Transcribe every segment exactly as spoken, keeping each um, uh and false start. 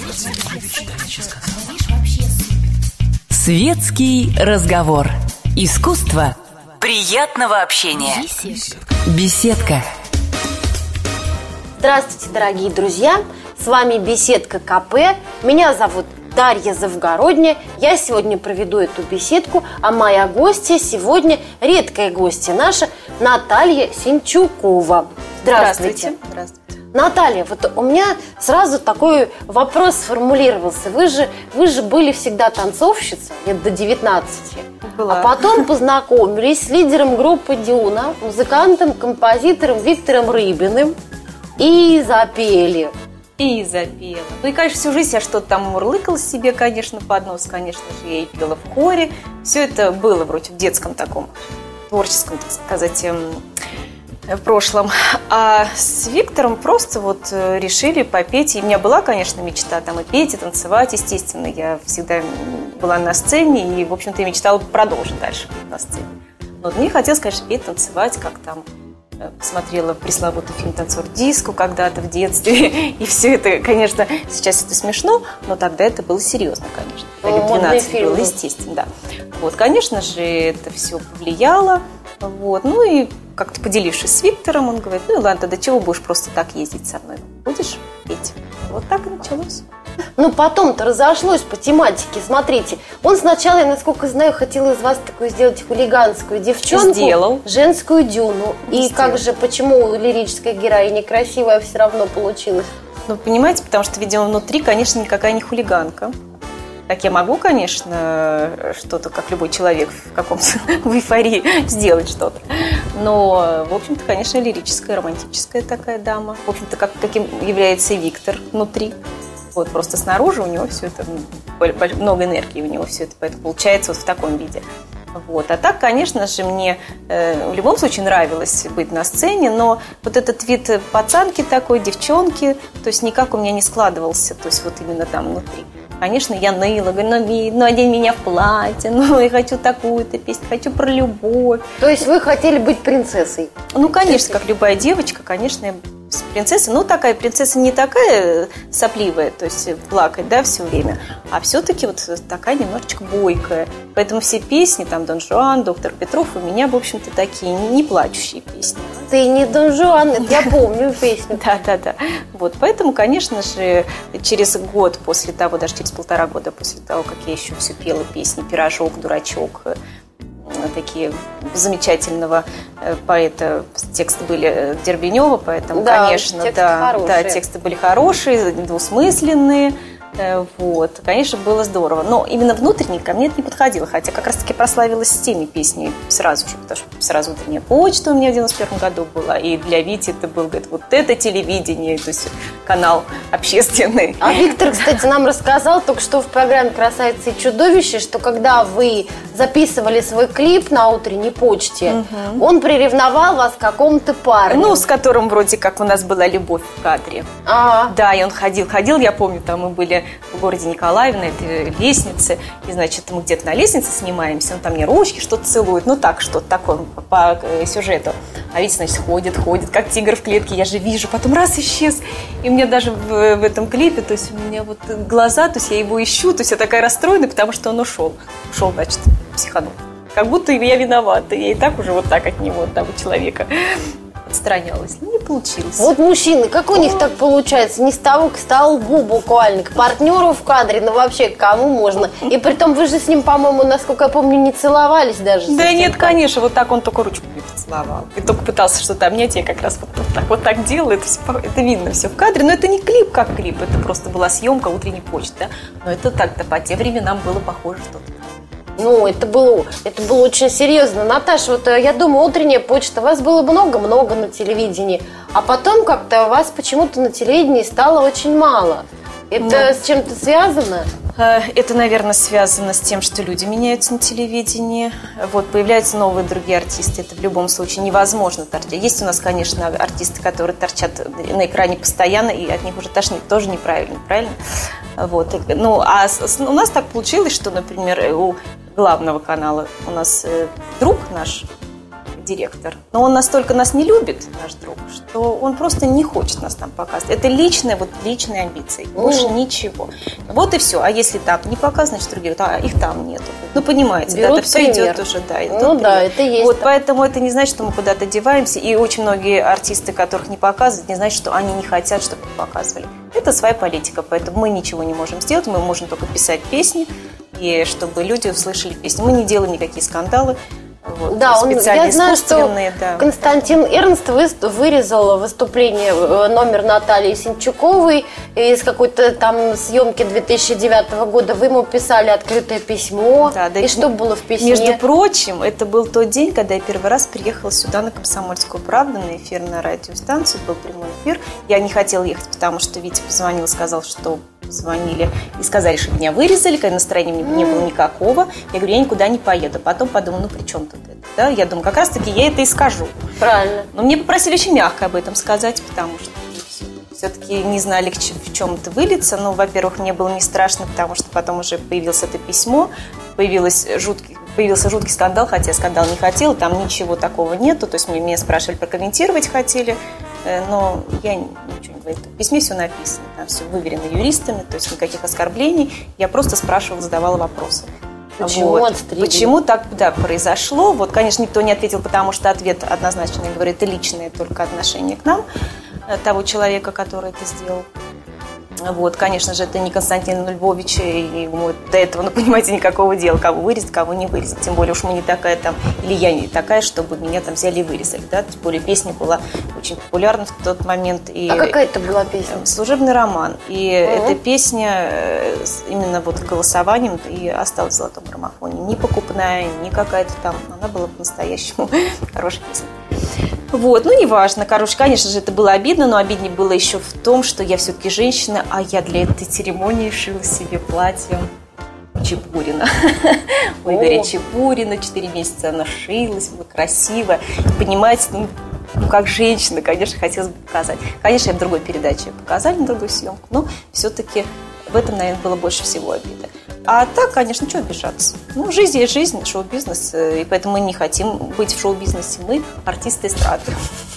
Светский разговор. Искусство приятного общения. Беседка. Здравствуйте, дорогие друзья! С вами Беседка КП. Меня зовут Дарья Завгородняя. Я сегодня проведу эту беседку, а моя гостья сегодня, редкая гостья наша, Наталья Синчукова. Здравствуйте. Здравствуйте. Наталья, вот у меня сразу такой вопрос сформулировался. Вы же, вы же были всегда танцовщицей, лет до девятнадцати. Была. А потом познакомились с лидером группы «Дюна», музыкантом, композитором Виктором Рыбиным и запели. И запела. Ну и, конечно, всю жизнь я что-то там мурлыкала себе, конечно, под нос. Конечно же, я и пела в хоре. Все это было вроде в детском таком творческом, так сказать, в прошлом. А с Виктором просто вот решили попеть. И у меня была, конечно, мечта там и петь, и танцевать, естественно. Я всегда была на сцене и, в общем-то, мечтала продолжить дальше быть на сцене. Но мне хотелось, конечно, петь, танцевать, как там. Посмотрела пресловутый фильм «Танцор диско» когда-то в детстве. И все это, конечно, сейчас это смешно, но тогда это было серьезно, конечно. Тогда двенадцать было, естественно, да. Вот, конечно же, это все повлияло. Вот. Ну и как-то поделившись с Виктором, он говорит: ну ладно, до чего будешь просто так ездить со мной? Будешь петь? Вот так и началось. Ну, потом-то разошлось по тематике. Смотрите, он сначала, я, насколько знаю, хотел из вас такую сделать хулиганскую девчонку. Сделал. Женскую Дюну. И Сделал. Как же, почему лирическая героиня красивая все равно получилась? Ну, понимаете, потому что, видимо, внутри, конечно, никакая не хулиганка. Так я могу, конечно, что-то, как любой человек в каком-то в эйфории сделать что-то. Но, в общем-то, конечно, лирическая, романтическая такая дама. В общем-то, как, каким является и Виктор внутри. Вот, просто снаружи у него все это, много энергии у него все это, поэтому получается вот в таком виде. Вот. А так, конечно же, мне э, в любом случае нравилось быть на сцене, но вот этот вид пацанки такой, девчонки, то есть никак у меня не складывался, то есть вот именно там внутри. Конечно, я ныла, говорю: ну, ну одень меня в платье, ну я хочу такую-то песню, хочу про любовь. То есть вы хотели быть принцессой? Ну, конечно, как любая девочка, конечно, я принцесса. Ну, такая принцесса не такая сопливая, то есть плакать, да, все время, а все-таки вот такая немножечко бойкая. Поэтому все песни, там, Дон Жуан, Доктор Петров, у меня, в общем-то, такие не плачущие песни. Ты не Дон Жуан, это я помню песню. Да, да, да. Вот, поэтому, конечно же, через год после того, даже через полтора года после того, как я еще все пела песни «Пирожок», «Дурачок», такие замечательного поэта, тексты были Дербенева, поэтому, да, конечно, тексты да, да, тексты были хорошие, двусмысленные. Вот, конечно, было здорово. Но именно внутренне ко мне это не подходило. Хотя как раз-таки прославилась с теми песнями сразу же. Потому что сразу «Утренняя почта» у меня в девяносто первом году была. И для Вити это был, говорит, вот это телевидение. То есть канал общественный. А Виктор, кстати, нам рассказал только что в программе «Красавица и чудовище», что когда вы записывали свой клип на «Утренней почте», угу. он приревновал вас к какому-то парню. Ну, с которым вроде как у нас была любовь в кадре. А-а. Да, и он ходил, ходил, я помню, там мы были в городе Николаеве на этой лестнице, и, значит, мы где-то на лестнице снимаемся, он там мне ручки что-то целует, ну так, что-то такое по, по сюжету. А ведь, значит, ходит, ходит, как тигр в клетке, я же вижу, потом раз исчез. И у меня даже в, в этом клипе, то есть у меня вот глаза, то есть я его ищу, то есть я такая расстроена, потому что он ушел. Ушел, значит, психанул. Как будто я виновата, я и так уже вот так от него, от того человека отстранялась. Ну, не получилось. Вот мужчины, как у них так получается? Не с того к столбу буквально, к партнеру в кадре, ну вообще к кому можно. И притом вы же с ним, по-моему, насколько я помню, не целовались даже. Да нет, конечно, вот так он только ручку мне поцеловал. И только пытался что-то обнять, я как раз вот, вот так вот так делала, это, все, это видно все в кадре. Но это не клип как клип, это просто была съемка «Утренней почты». Да? Но это так-то по тем временам было похоже что-то. Ну, это было, это было очень серьезно. Наташа, вот я думаю, «Утренняя почта», вас было много-много на телевидении, а потом как-то вас почему-то на телевидении стало очень мало. Это ну, с чем-то связано? Это, наверное, связано с тем, что люди меняются на телевидении. Вот, появляются новые другие артисты. Это в любом случае невозможно торчать. Есть у нас, конечно, артисты, которые торчат на экране постоянно, и от них уже тошнит. Тоже неправильно, правильно? Вот. Ну, а у нас так получилось, что, например, у главного канала у нас друг наш, директор. Но он настолько нас не любит, наш друг, что он просто не хочет нас там показывать. Это личные, вот личные амбиции, больше mm. ничего. Вот и все. А если там не показано, значит, другие говорят, а их там нету. Ну, понимаете, берут да, это все пример. идет уже, да. Ну да, это есть. Вот, поэтому это не значит, что мы куда-то деваемся. И очень многие артисты, которых не показывают, не значит, что они не хотят, чтобы их показывали. Это своя политика, поэтому мы ничего не можем сделать. Мы можем только писать песни, и чтобы люди услышали песни. Мы не делаем никакие скандалы. Вот, да, он, я знаю, что да. Константин Эрнст вырезал выступление, номер Натальи Синчуковой из какой-то там съемки две тысячи девятого года. Вы ему писали открытое письмо. Да, да, и что было в письме? Между прочим, это был тот день, когда я первый раз приехала сюда на «Комсомольскую правду», на эфир на радиостанцию, был прямой эфир. Я не хотела ехать, потому что Витя позвонил и сказал, что звонили и сказали, что меня вырезали, когда настроения мне не было никакого. Я говорю, я никуда не поеду. Потом подумала, ну при чем тут это? Да? Я думаю, как раз таки я это и скажу. Правильно. Но мне попросили очень мягко об этом сказать, потому что все-таки не знали, в чем это выльется. Ну, во-первых, мне было не страшно, потому что потом уже появилось это письмо, появилось жуткий, появился жуткий скандал, хотя я скандал не хотела, там ничего такого нету. То есть меня спрашивали, прокомментировать хотели, но я ничего не говорю. В письме все написано, там все выверено юристами, то есть никаких оскорблений. Я просто спрашивала, задавала вопросы. Почему вот. отстрелили? Почему так да, произошло? Вот, конечно, никто не ответил, потому что ответ однозначно, я говорю, это личное только отношение к нам, того человека, который это сделал. Вот, конечно же, это не Константин Львович, и ему до этого, ну, понимаете, никакого дела, кого вырезать, кого не вырезать. Тем более уж мы не такая там, или я не такая, чтобы меня там взяли и вырезали, да. Тем более песня была очень популярна в тот момент. И а какая это была песня? «Служебный роман». И угу. эта песня именно вот голосованием и осталась в золотом граммофоне. Не покупная, не какая-то там, она была по-настоящему хорошая песня. Вот, ну, неважно, короче, конечно же, это было обидно, но обиднее было еще в том, что я все-таки женщина, а я для этой церемонии шила себе платье Чепурина. Ой, Вере Чепурина, четыре месяца она шилась, была красивая. Понимаете, ну, ну, как женщина, конечно, хотелось бы показать. Конечно, я в другой передаче показали, на другую съемку, но все-таки в этом, наверное, было больше всего обиды. А так, конечно, что обижаться? Ну, жизнь есть жизнь, шоу-бизнес, и поэтому мы не хотим быть в шоу-бизнесе. Мы артисты эстрады.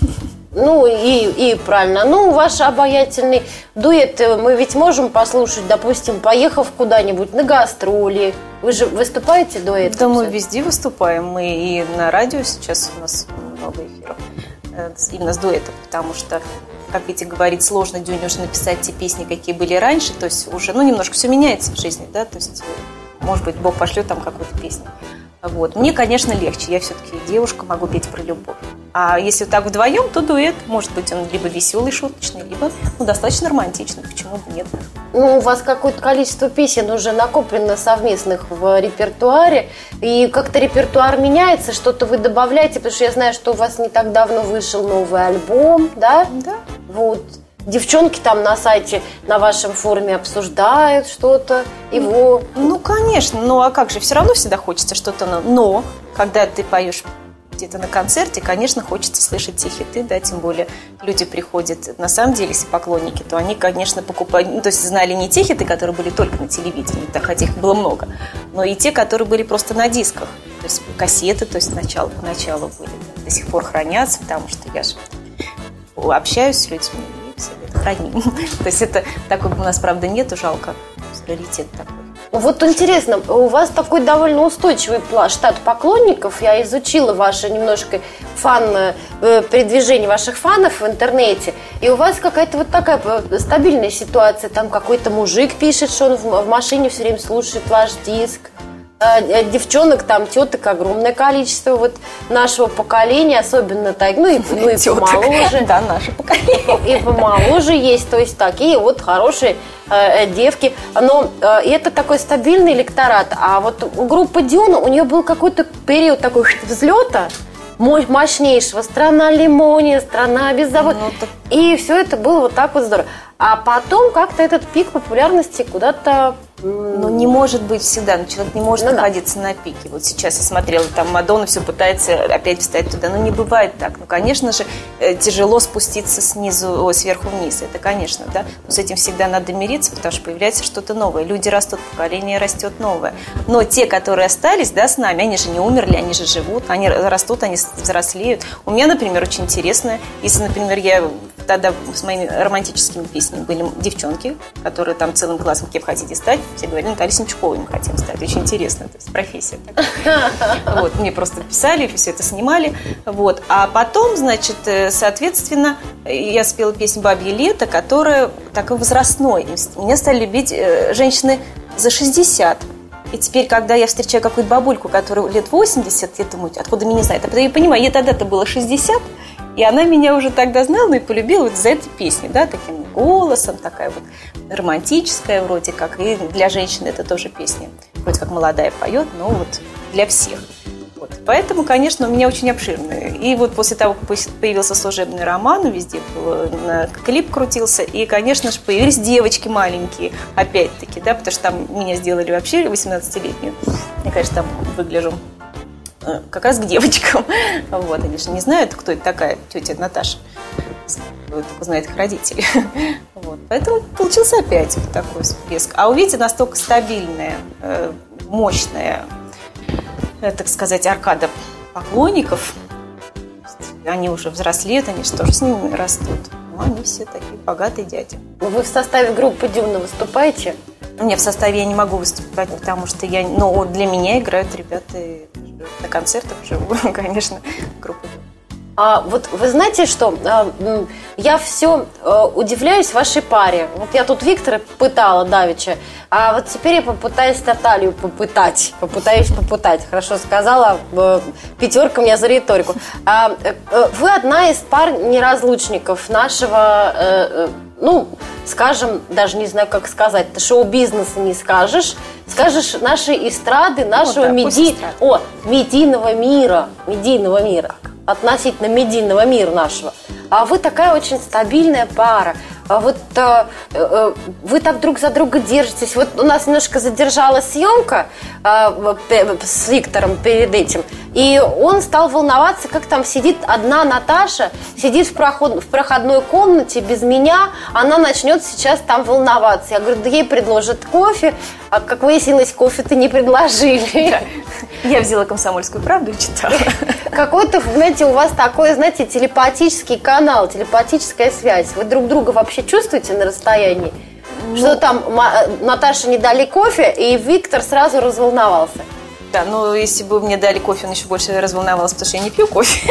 Ну, и, и правильно. Ну, ваш обаятельный дуэт мы ведь можем послушать, допустим, поехав куда-нибудь на гастроли. Вы же выступаете дуэтом? Да, мы везде выступаем. Мы и на радио сейчас у нас много эфиров именно с дуэтом, потому что, как Витя говорит, сложно Дюне уже написать те песни, какие были раньше, то есть уже, ну, немножко все меняется в жизни, да, то есть, может быть, Бог пошлет там какую-то песню. Вот. Мне, конечно, легче, я все-таки девушка, могу петь про любовь. А если так вдвоем, то дуэт, может быть, он либо веселый, шуточный, либо, ну, достаточно романтичный, почему бы нет. Ну, у вас какое-то количество песен уже накоплено совместных в репертуаре, и как-то репертуар меняется, что-то вы добавляете, потому что я знаю, что у вас не так давно вышел новый альбом, да? Да. Вот. Девчонки там на сайте, на вашем форуме обсуждают что-то, его... Ну, конечно, ну а как же, все равно всегда хочется что-то, но когда ты поешь где-то на концерте, конечно, хочется слышать те хиты, да, тем более люди приходят, на самом деле, если поклонники, то они, конечно, покупают, ну, то есть знали не те хиты, которые были только на телевидении, да, хотя их было много, но и те, которые были просто на дисках, то есть кассеты, то есть сначала, поначалу были, до сих пор хранятся, потому что я же общаюсь с людьми, храним. То есть это такой у нас, правда, нету, жалко. Раритет такой. Вот интересно, у вас такой довольно устойчивый штат поклонников. Я изучила ваше немножко фан, передвижение ваших фанов в интернете. И у вас какая-то вот такая стабильная ситуация. Там какой-то мужик пишет, что он в машине все время слушает ваш диск. Девчонок, там, теток огромное количество вот нашего поколения, особенно так, ну и, ну, и помоложе. Да, наше поколение. И помоложе есть, то есть такие вот хорошие э, девки. Но э, это такой стабильный электорат. А вот у группы Дюна, у нее был какой-то период такой взлета, мощнейшего. Страна лимония, страна без завода. Ну, так... И все это было вот так вот здорово. А потом как-то этот пик популярности куда-то... Ну, не может быть всегда, но человек не может ну, находиться да. на пике. Вот сейчас я смотрела, там Мадонна все пытается опять встать туда, но не бывает так. Ну, конечно же, тяжело спуститься снизу, о, сверху вниз, это конечно, да, но с этим всегда надо мириться, потому что появляется что-то новое. Люди растут, поколение растет новое. Но те, которые остались, да, с нами, они же не умерли, они же живут, они растут, они взрослеют. У меня, например, очень интересно, если, например, я тогда с моими романтическими песнями были девчонки, которые там целым классом кем хотите стать, все говорили, Наталья Семчуковой мы хотим стать. Очень интересно, то есть профессия такая. Вот, мне просто писали, все это снимали. Вот. А потом, значит, соответственно, я спела песню «Бабье лето», которая такой возрастной. Меня стали любить женщины за шестьдесят. И теперь, когда я встречаю какую-то бабульку, которой лет восемьдесят, я думаю, откуда меня знает. А потом я понимаю, ей тогда-то было шестьдесят, и она меня уже тогда знала, ну и полюбила вот за эти песни, да, таким голосом, такая вот романтическая вроде как. И для женщины это тоже песня. Вроде как молодая поет, но вот для всех. Вот. Поэтому, конечно, у меня очень обширные. И вот после того, как появился «Служебный роман», везде был, клип крутился, и, конечно же, появились девочки маленькие, опять-таки, да, потому что там меня сделали вообще восемнадцатилетнюю. Я, конечно, там выгляжу как раз к девочкам. Вот, они же не знают, кто это такая тетя Наташа. Только знает их родители. Вот. Поэтому получился опять вот такой всплеск. А у Вити настолько стабильная, мощная, так сказать, аркада поклонников. Они уже взрослеют, они же тоже с ними растут. Ну, они все такие богатые дяди. Вы в составе группы «Дюна» выступаете? Нет, в составе я не могу выступать, потому что я, ну, для меня играют ребята на концертах вживую, конечно, группа. А вот вы знаете что? Я все удивляюсь вашей паре. Вот я тут Виктора пытала давеча, а вот теперь я попытаюсь Наталью попытать. Попытаюсь попытать. Хорошо сказала. Пятерка мне за риторику. Вы одна из пар неразлучников нашего, ну, скажем, даже не знаю, как сказать, шоу-бизнеса не скажешь, скажешь нашей эстрады, нашего ну, да, меди... О, медийного мира, медийного мира, относительно медийного мира нашего. А вы такая очень стабильная пара. А вот э, э, вы так друг за друга держитесь. Вот у нас немножко задержалась съемка э, с Виктором перед этим. И он стал волноваться, как там сидит одна Наташа, сидит в, проход, в проходной комнате без меня, она начнет сейчас там волноваться. Я говорю, да ей предложат кофе, а как выяснилось, кофе-то не предложили. Я взяла «Комсомольскую правду» и читала. Какой-то, знаете, у вас такой, знаете, телепатический канал, телепатическая связь. Вы друг друга вообще чувствуете на расстоянии? Ну, что там Наташе не дали кофе, и Виктор сразу разволновался. Да, ну если бы мне дали кофе, он еще больше разволновался, потому что я не пью кофе.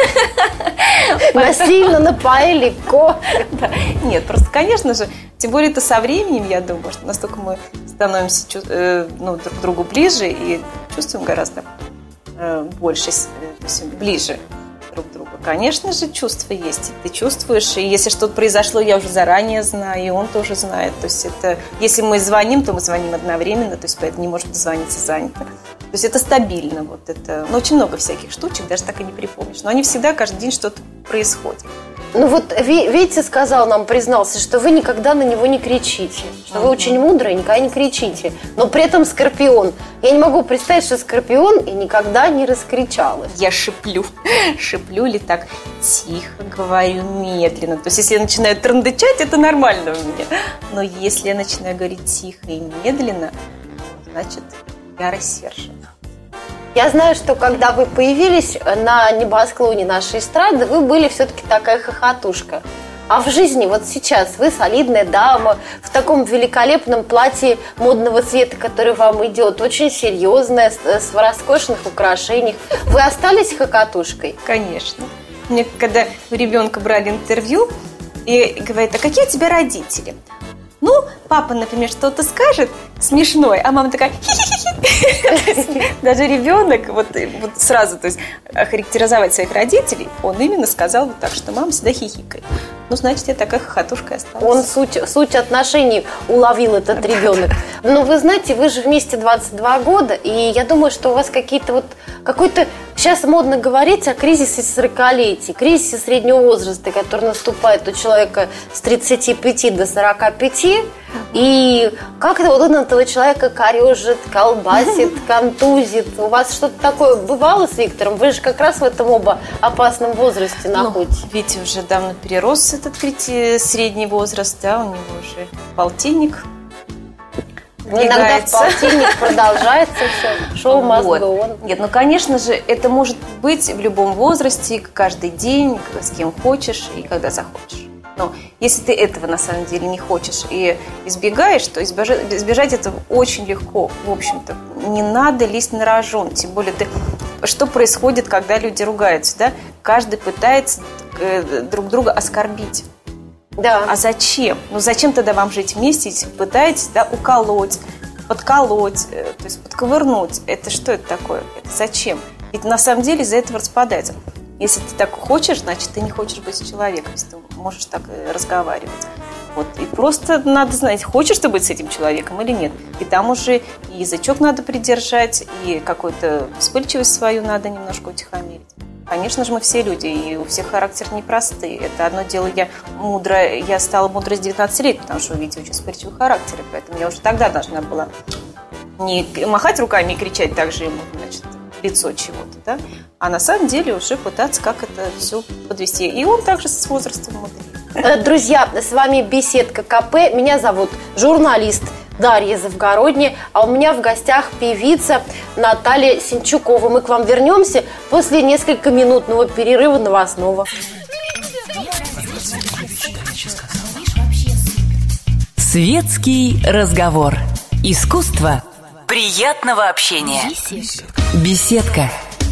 Насильно напоили кофе. Нет, просто, конечно же, тем более это со временем, я думаю, что настолько мы становимся ну, друг к другу ближе и чувствуем гораздо больше, ближе друг к другу. Конечно же, чувства есть. Ты чувствуешь, и если что-то произошло, я уже заранее знаю, и он тоже знает. То есть это, если мы звоним, то мы звоним одновременно, то есть поэтому не может дозвониться занято. То есть это стабильно. Вот это, ну, очень много всяких штучек, даже так и не припомнишь. Но они всегда, каждый день что-то происходит. Ну вот Витя сказал нам, признался, что вы никогда на него не кричите. Что uh-huh. вы очень мудрые, никогда не кричите. Но при этом Скорпион. Я не могу представить, что Скорпион и никогда не раскричалась. Я шиплю. Шиплю или так тихо говорю, медленно. То есть если я начинаю трындычать, это нормально у меня. Но если я начинаю говорить тихо и медленно, значит, я рассержена. Я знаю, что когда вы появились на небосклоне нашей эстрады, вы были все-таки такая хохотушка. А в жизни вот сейчас вы солидная дама в таком великолепном платье модного цвета, который вам идет, очень серьезная, с роскошных украшениях. Вы остались хохотушкой? Конечно. Мне когда у ребенка брали интервью и говорят, а какие у тебя родители? Ну, папа, например, что-то скажет смешное, а мама такая хи-хи-хи. Даже ребенок вот, вот сразу, то есть охарактеризовать своих родителей, он именно сказал вот так, что мама всегда хихикает. Ну, значит, я такая хохотушка осталась. Он суть, суть отношений уловил этот ребенок. Но вы знаете, вы же вместе двадцать два года, и я думаю, что у вас какие-то вот какой-то Сейчас модно говорить о кризисе сорокалетия, кризисе среднего возраста, который наступает у человека с тридцати пяти до сорока пяти. И как-то вот он этого человека корежит, колбасит, контузит. У вас что-то такое бывало с Виктором? Вы же как раз в этом оба опасном возрасте находитесь. Ну, Витя уже давно перерос этот средний возраст, да, у него уже полтинник. Иногда в полтинник продолжается все. Шоу must вот. go on. Нет, ну, конечно же, это может быть в любом возрасте, каждый день, с кем хочешь и когда захочешь. Но если ты этого на самом деле не хочешь и избегаешь, то избежать, избежать этого очень легко. В общем-то, не надо лезть на рожон. Тем более, ты, что происходит, когда люди ругаются, да? Каждый пытается друг друга оскорбить. Да. А зачем? Ну зачем тогда вам жить вместе, если вы пытаетесь, да, уколоть, подколоть, то есть подковырнуть? Это что это такое? Это зачем? Ведь на самом деле из-за этого распадается. Если ты так хочешь, значит, ты не хочешь быть с человеком, если ты можешь так разговаривать. Вот. И просто надо знать, хочешь ты быть с этим человеком или нет. И там уже и язычок надо придержать, и какую-то вспыльчивость свою надо немножко утихомирить. Конечно же, мы все люди, и у всех характер непростые. Это одно дело, я мудрая, я стала мудрой с девятнадцати лет, потому что, видите, очень вспыльчивый характер, и поэтому я уже тогда должна была не махать руками и кричать так же ему, значит, в лицо чего-то, да, а на самом деле уже пытаться как это все подвести. И он также с возрастом мудрее. Друзья, с вами беседка КП. Меня зовут журналист Дарья Завгородняя, а у меня в гостях певица Наталья Синчукова. Мы к вам вернемся после несколько минутного перерыва новостного. Светский разговор. Искусство приятного общения. Беседка.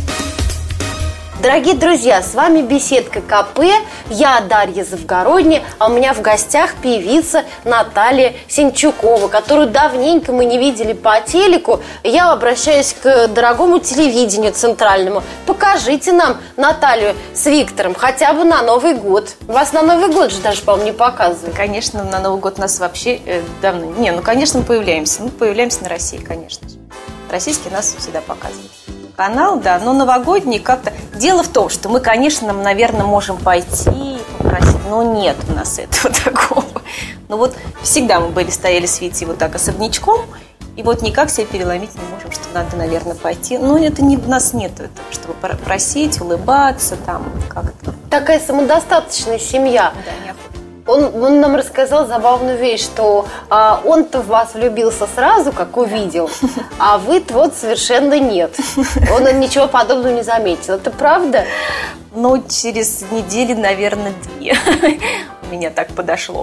Дорогие друзья, с вами беседка КП, я Дарья Завгородняя, а у меня в гостях певица Наталья Синчукова, которую давненько мы не видели по телеку. Я обращаюсь к дорогому телевидению центральному. Покажите нам Наталью с Виктором хотя бы на Новый год. Вас на Новый год же даже, по-моему, не показывают. Конечно, на Новый год нас вообще э, давно... Не, ну, конечно, мы появляемся. Мы появляемся на России, конечно же. Российские нас всегда показывают. Канал, да, но новогодний как-то... Дело в том, что мы, конечно, наверное, можем пойти и попросить, но нет у нас этого такого. Ну вот всегда мы были, стояли с Витей вот так особнячком, и вот никак себя переломить не можем, что надо, наверное, пойти. Но это не, у нас нет этого, чтобы просить, улыбаться, там как-то. Такая самодостаточная семья. Да, неохота. Он, он нам рассказал забавную вещь, что а, он-то в вас влюбился сразу, как увидел, а вы-то вот совершенно нет. Он ничего подобного не заметил. Это правда? Ну, через недели, наверное, две у меня так подошло.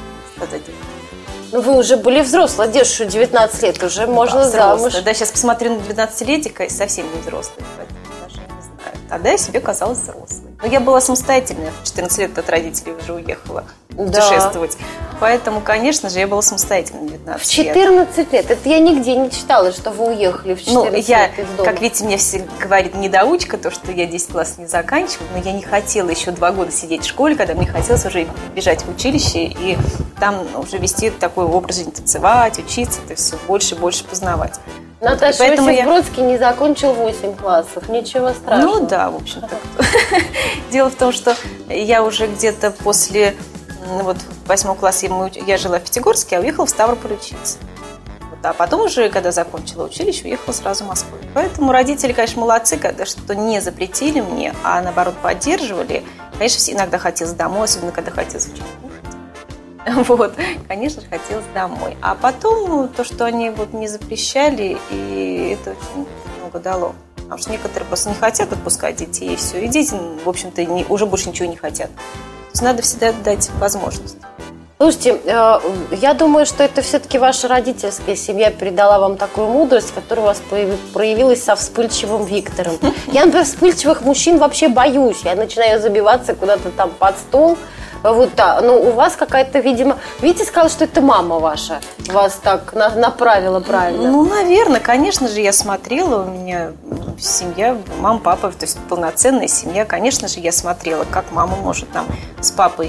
Ну, вы уже были взрослые, девушка, девятнадцать лет, уже можно замуж. Да, сейчас посмотрю на двенадцатилетика и совсем не взрослый. Даже не знаю. Тогда я себе казалась взрослой. Но я была самостоятельная, в четырнадцать лет от родителей уже уехала путешествовать. Да. Поэтому, конечно же, я была самостоятельной в девятнадцать лет. В четырнадцать лет? Это я нигде не читала, что вы уехали в четырнадцать ну, я, лет из дома. Как видите, мне все говорит недоучка, то, что я десять классов не заканчивала, но я не хотела еще два года сидеть в школе, когда мне хотелось уже бежать в училище и там уже вести такой образ жизни, танцевать, учиться, то есть все больше и больше познавать. Наташа, поэтому Иосиф я... Бродский не закончил восемь классов, ничего страшного. Ну да, в общем-то. Дело в том, что я уже где-то после вот, восьмого класса я жила в Пятигорске, а уехала в Ставрополь учиться. Вот, а потом уже, когда закончила училище, уехала сразу в Москву. Поэтому родители, конечно, молодцы, когда что не запретили мне, а наоборот поддерживали. Конечно, иногда хотелось домой, особенно когда хотелось очень кушать. Вот, конечно же, хотелось домой. А потом, ну, то, что они вот не запрещали, и это очень много дало. Потому что некоторые просто не хотят отпускать детей, и все. И дети, в общем-то, не, уже больше ничего не хотят. То есть надо всегда дать возможность. Слушайте, э, я думаю, что это все-таки ваша родительская семья передала вам такую мудрость, которая у вас проявилась со вспыльчивым Виктором. Я, например, вспыльчивых мужчин вообще боюсь. Я начинаю забиваться куда-то там под стол. Вот, да. Но у вас какая-то, видимо... Витя сказал, что это мама ваша вас так на- направила правильно. Ну, наверное, конечно же, я смотрела, у меня семья, мама, папа, то есть полноценная семья. Конечно же, я смотрела, как мама может там с папой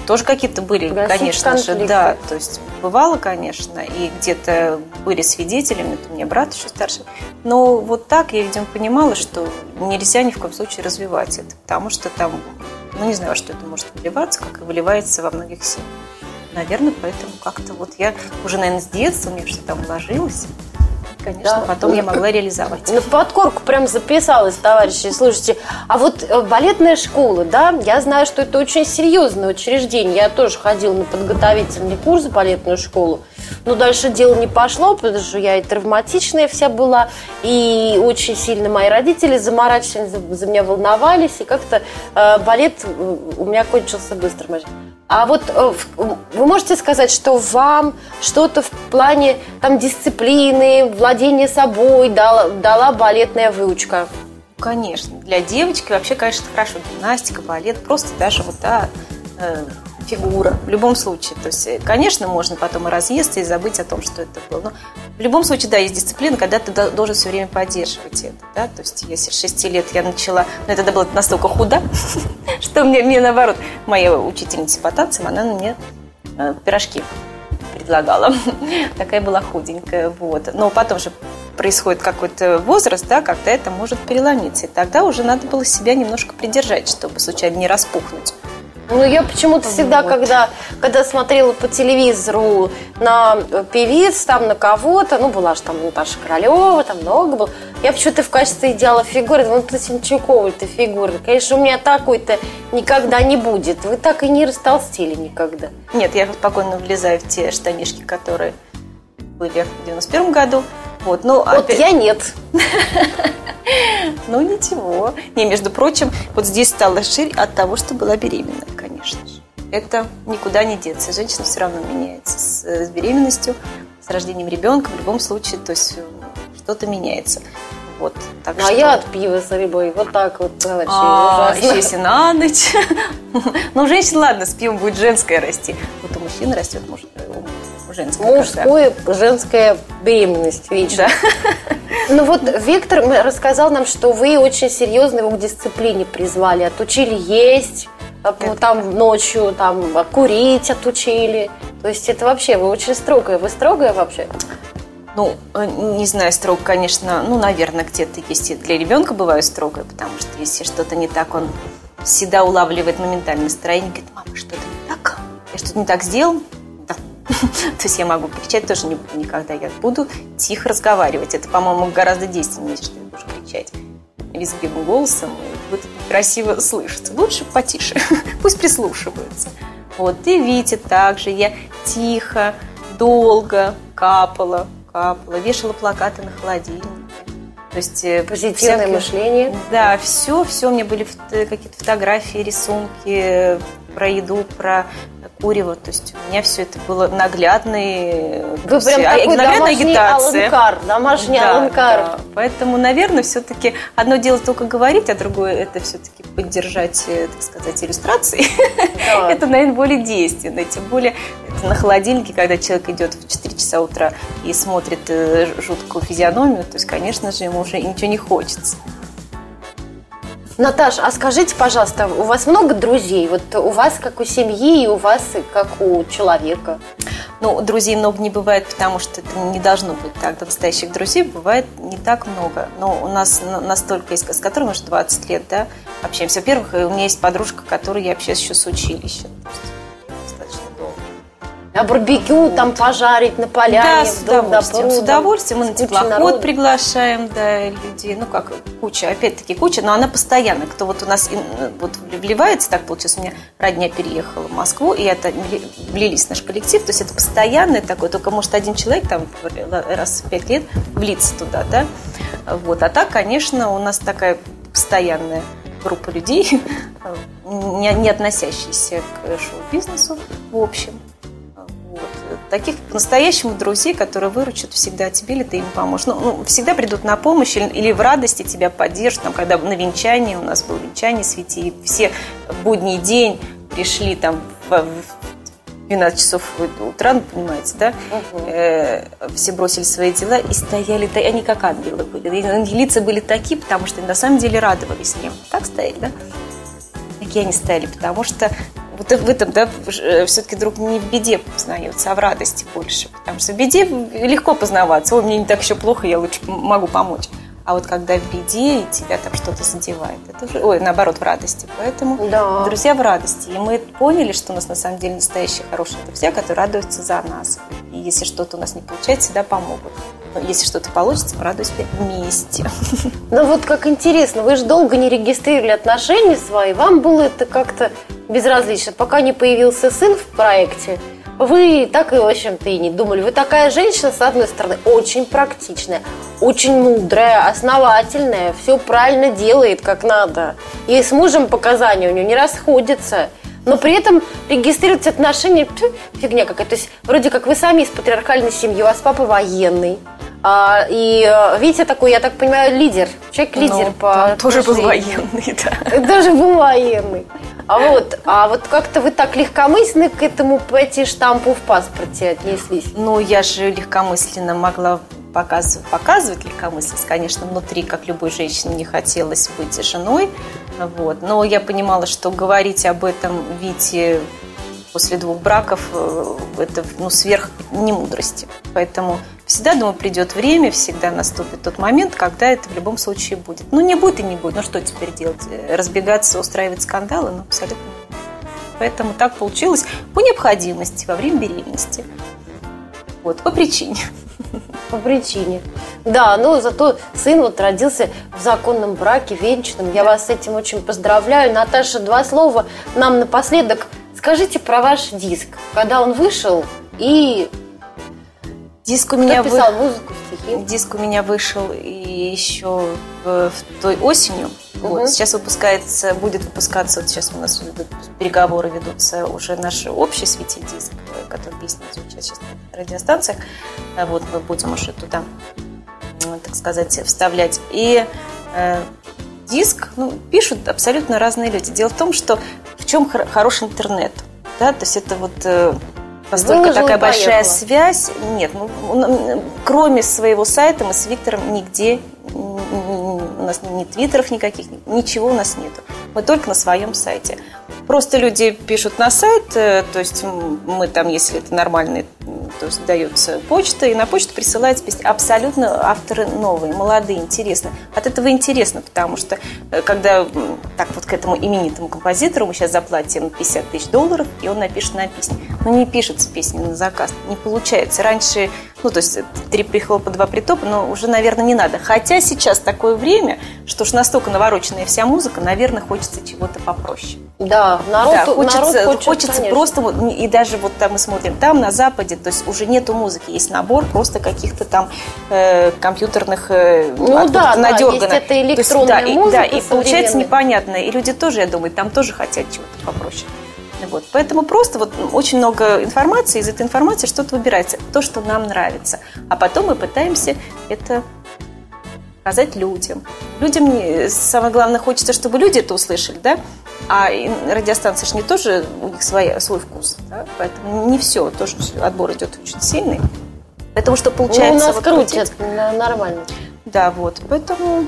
тоже какие-то были, Гасить конечно конфликты. же, да, то есть бывало, конечно, и где-то были свидетелями, это у меня брат еще старший, но вот так я, видимо, понимала, что нельзя ни в коем случае развивать это, потому что там, ну, не знаю, во что это может выливаться, как и выливается во многих семьях. Наверное, поэтому как-то вот я уже, наверное, с детства, у меня что-то там вложилось. Конечно, да. Потом я могла реализовать. На подкорку прям записалась, товарищи. Слушайте, а вот балетная школа, да, я знаю, что это очень серьезное учреждение. Я тоже ходила на подготовительный курс в балетную школу. Но дальше дело не пошло, потому что я и травматичная вся была, и очень сильно мои родители заморачивались, за, за меня волновались, и как-то э, балет у меня кончился быстро. А вот э, вы можете сказать, что вам что-то в плане там, дисциплины, владения собой дала, дала балетная выучка? Конечно. Для девочки вообще, конечно, хорошо. Гимнастика, балет, просто даже вот та э, фигура. В любом случае. То есть, конечно, можно потом и разъесться, и забыть о том, что это было. Но в любом случае, да, есть дисциплина, когда ты должен все время поддерживать это. Да? То есть, если с шести лет я начала... Но я тогда была настолько худа, что мне, мне наоборот, моя учительница по танцам, она мне э, пирожки предлагала. Такая была худенькая. Вот. Но потом же происходит какой-то возраст, да, когда это может переломиться. И тогда уже надо было себя немножко придержать, чтобы случайно не распухнуть. Ну, я почему-то всегда, вот. когда, когда смотрела по телевизору на певиц, там, на кого-то, ну, была же там Наташа Королева, там много было, я почему-то в качестве идеала фигуры, ну, ты Симчуковой-то фигуры, конечно, у меня такой-то никогда не будет. Вы так и не растолстели никогда. Нет, я спокойно влезаю в те штанишки, которые были в девяносто первом году. Вот, ну, вот опять... я нет. Ну, ничего. Не, между прочим, вот здесь стало шире от того, что была беременна, конечно же. Это никуда не деться. Женщина все равно меняется с, с беременностью, с рождением ребенка. В любом случае, то есть что-то меняется. Вот, так а что... я от пива с рыбой. Вот так вот, товарищи. А, еще если на ночь. Ну, у женщин, ладно, с пивом будет женское расти. Вот у мужчины растет, может, женская. Мужское, женская беременность, вечно. Да. Ну вот Виктор рассказал нам, что вы очень серьезно его к дисциплине призвали. Отучили есть, это там так. Ночью там, курить отучили. То есть это вообще, вы очень строгая. Вы строгая вообще? Ну, не знаю, строго, конечно, ну, наверное, где-то есть и для ребенка бываю строгая, потому что если что-то не так, он всегда улавливает моментальное настроение, говорит: мама, что-то не так? Я что-то не так сделал? Да. То есть я могу кричать тоже не буду никогда, я буду тихо разговаривать. Это, по-моему, гораздо действеннее, что ты будешь кричать визгливым голосом, и будет красиво слышаться. Лучше потише, пусть прислушиваются. Вот, и Витя также, я тихо, долго капала, капала, вешала плакаты на холодильник. То есть позитивное всякие, мышление. Да, все, все. У меня были какие-то фотографии, рисунки про еду, про курево. То есть у меня все это было наглядное. Вы прям а, такой домашний аланкар, домашний да, аланкар. Да. Поэтому, наверное, все-таки одно дело только говорить, а другое это все-таки поддержать, так сказать, иллюстрации. Да. Это, наверное, более действенно. Тем более это на холодильнике, когда человек идет в четыре часа утра и смотрит жуткую физиономию, то есть, конечно же, ему уже ничего не хочется. Наташ, а скажите, пожалуйста, у вас много друзей? Вот у вас как у семьи и у вас как у человека? Ну, друзей много не бывает, потому что это не должно быть так. Настоящих друзей бывает не так много. Но у нас настолько есть, с которым уже двадцать лет, да, общаемся. Во-первых, у меня есть подружка, которой я общаюсь еще с училища. А барбекю там пожарить на поляне, да, с удовольствием. С удовольствием. Мы на теплоход приглашаем, да, людей. Ну, как, куча, опять-таки куча, но она постоянно. Кто вот у нас вот вливается, так получилось, у меня родня переехала в Москву, и это влились в наш коллектив. То есть это постоянное такое, только может один человек там раз в пять лет влиться туда, да. Вот. А так, конечно, у нас такая постоянная группа людей, не относящиеся к шоу-бизнесу в общем. Таких по-настоящему друзей, которые выручат всегда тебе, или ты им поможешь. Ну, ну, всегда придут на помощь или, или в радости тебя поддержат. Там, когда на венчании, у нас было венчание Свети, все в будний день пришли там в двенадцать часов утра, ну, понимаете, да? Uh-huh. э, все бросили свои дела и стояли, они как ангелы были. И лица были такие, потому что на самом деле радовались им. Так стояли, да? Такие они стояли, потому что вот в этом, да, все-таки друг не в беде познается, а в радости больше. Потому что в беде легко познаваться. Ой, мне не так еще плохо, я лучше могу помочь. А вот когда в беде и тебя там что-то задевает, это уже, ой, наоборот, в радости. Поэтому да. Друзья в радости. И мы поняли, что у нас на самом деле настоящие хорошие друзья, которые радуются за нас. И если что-то у нас не получается, всегда помогут. Но если что-то получится, мы радуемся вместе. Ну вот как интересно, вы же долго не регистрировали отношения свои, вам было это как-то безразлично, пока не появился сын в проекте. Вы так и, в общем-то, и не думали. Вы такая женщина, с одной стороны, очень практичная, очень мудрая, основательная, все правильно делает, как надо. И с мужем показания у нее не расходятся. Но при этом регистрировать отношения – фигня какая-то. То есть, вроде как вы сами из патриархальной семьи, у вас папа военный. А, и Витя такой, я так понимаю, лидер. Человек-лидер. Ну, по тоже был военный, да. Тоже был военный. А вот, а вот как-то вы так легкомысленно к этому эти штампу в паспорте отнеслись? Ну, я же легкомысленно могла показывать, показывать легкомысленность. Конечно, внутри, как любой женщине, не хотелось быть женой. Вот. Но я понимала, что говорить об этом Вите после двух браков это ну, сверх немудрости. Поэтому всегда, думаю, придет время, всегда наступит тот момент, когда это в любом случае будет. Ну, не будет и не будет. Ну, что теперь делать? Разбегаться, устраивать скандалы? Ну, абсолютно нет. Поэтому так получилось по необходимости во время беременности. Вот, по причине. По причине. Да, но зато сын вот родился в законном браке, венчанном. Я вас с этим очень поздравляю. Наташа, два слова нам напоследок. Скажите про ваш диск, когда он вышел и... Диск у меня Кто писал вы... музыку, стихи? Диск у меня вышел и еще в, в той осенью. Угу. Вот. Сейчас выпускается, будет выпускаться, вот сейчас у нас переговоры ведутся, уже наш общий светил-диск, который песни звучат сейчас на радиостанциях. Вот мы будем уже туда, так сказать, вставлять. И э, диск, ну, пишут абсолютно разные люди. Дело в том, что в чем хор- хороший интернет, да, то есть это вот э, настолько Выложила такая большая поехала. связь. Нет, ну, кроме своего сайта мы с Виктором нигде, у нас ни твиттеров никаких, ничего у нас нету. Мы только на своем сайте. Просто люди пишут на сайт, то есть мы там, если это нормальный, то есть дается почта, и на почту присылаются песни. Абсолютно авторы новые, молодые, интересные. От этого интересно, потому что когда так вот к этому именитому композитору мы сейчас заплатим пятьдесят тысяч долларов, и он напишет нам песни. Но не пишется песни на заказ, не получается. Раньше, ну то есть три прихлопа, два притопа, но уже, наверное, не надо. Хотя сейчас такое время, что уж настолько навороченная вся музыка, наверное, хочется чего-то попроще. Да, народ, да, хочется, народ хочет, хочется просто, и даже вот там мы смотрим, там на Западе, то есть уже нету музыки, есть набор просто каких-то там э, компьютерных э, ну да, надергано. Да, есть это электронная есть, музыка. Да, и, да, и получается непонятно, и люди тоже, я думаю, там тоже хотят чего-то попроще. Вот. Поэтому просто вот очень много информации, из этой информации что-то выбирается, то, что нам нравится. А потом мы пытаемся это показать людям. Людям самое главное хочется, чтобы люди это услышали, да? А радиостанция же не тоже, у них свой, свой вкус, да? Поэтому не все, тоже отбор идет очень сильный. Поэтому что получается... Ну, у нас вот крутят, крутить. Нормально. Да, вот, поэтому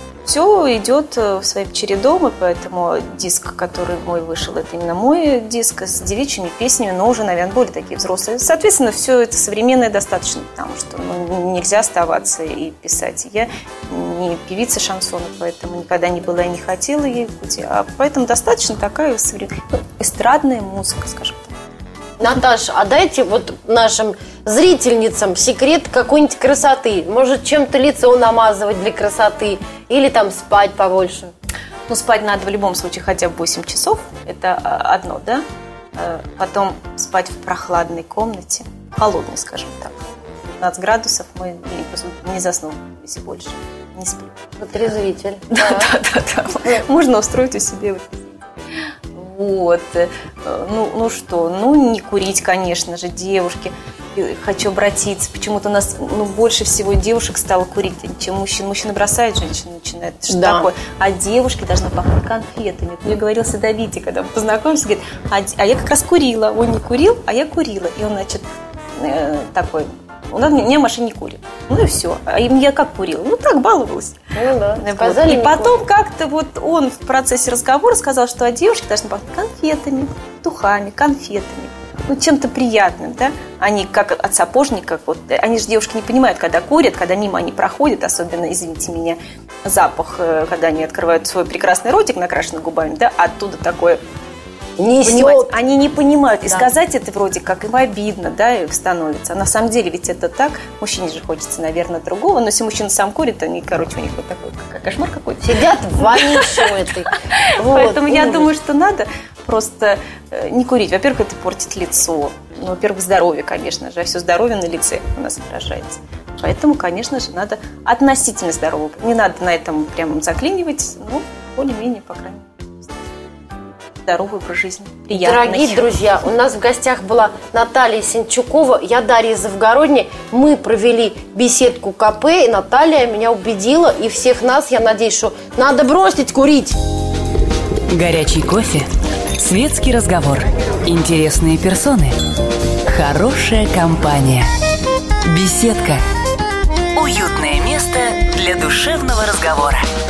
все идет своим чередом, и поэтому диск, который мой вышел, это именно мой диск с девичьими песнями, но уже, наверное, более такие взрослые. Соответственно, все это современное достаточно, потому что ну, нельзя оставаться и писать. Я не певица шансона, поэтому никогда не была и не хотела ей быть. А поэтому достаточно такая современная, ну, эстрадная музыка, скажем так. Наташа, а дайте вот нашим зрительницам секрет какой-нибудь красоты. Может, чем-то лицо намазывать для красоты или там спать побольше? Ну, спать надо в любом случае хотя бы восемь часов. Это одно, да? Потом спать в прохладной комнате, холодной, скажем так. пятнадцать градусов, мы не заснем, если больше. Не сплю. Отрезвитель. Да, да, да. Можно устроить у себя вот. Вот. Ну, ну что, ну не курить, конечно же, девушки. Хочу обратиться. Почему-то у нас ну, больше всего девушек стало курить, чем мужчин. Мужчины бросают, женщины начинают. Что да. такое? А девушки должны пахнуть конфетами. Мне говорил всегда Витя, когда мы познакомились, говорит, а, а я как раз курила. Он не курил, а я курила. И он, значит, э, такой... У нас меня в машине не курит. Ну и все. А я как курила? Ну так, баловалась. Ну да. Вот. Сказали, и потом как-то вот он в процессе разговора сказал, что а девушки должны пахнуть конфетами. духами, конфетами, ну, чем-то приятным, да? Они как от сапожника, вот, они же, девушки, не понимают, когда курят, когда мимо они проходят, особенно, извините меня, запах, когда они открывают свой прекрасный ротик, накрашенный губами, да, оттуда такое... Несет. Они не понимают, и да. сказать это вроде как им обидно, да, и становится. А на самом деле ведь это так. Мужчине же хочется, наверное, другого, но если мужчина сам курит, они, короче, у них вот такой кошмар какой-то. Сидят в ваннише этой. Поэтому я думаю, что надо просто не курить. Во-первых, это портит лицо. Ну, во-первых, здоровье, конечно же, а все здоровье на лице у нас отражается. Поэтому, конечно же, надо относительно здорово. Не надо на этом прям заклинивать, но более-менее, по крайней мере, здоровый образ жизни. Приятный. Дорогие друзья, у нас в гостях была Наталья Сенчукова, я Дарья Завгородняя. Мы провели беседку КП, и Наталья меня убедила, и всех нас, я надеюсь, что надо бросить курить. Горячий кофе, светский разговор, интересные персоны, хорошая компания. Беседка. Уютное место для душевного разговора.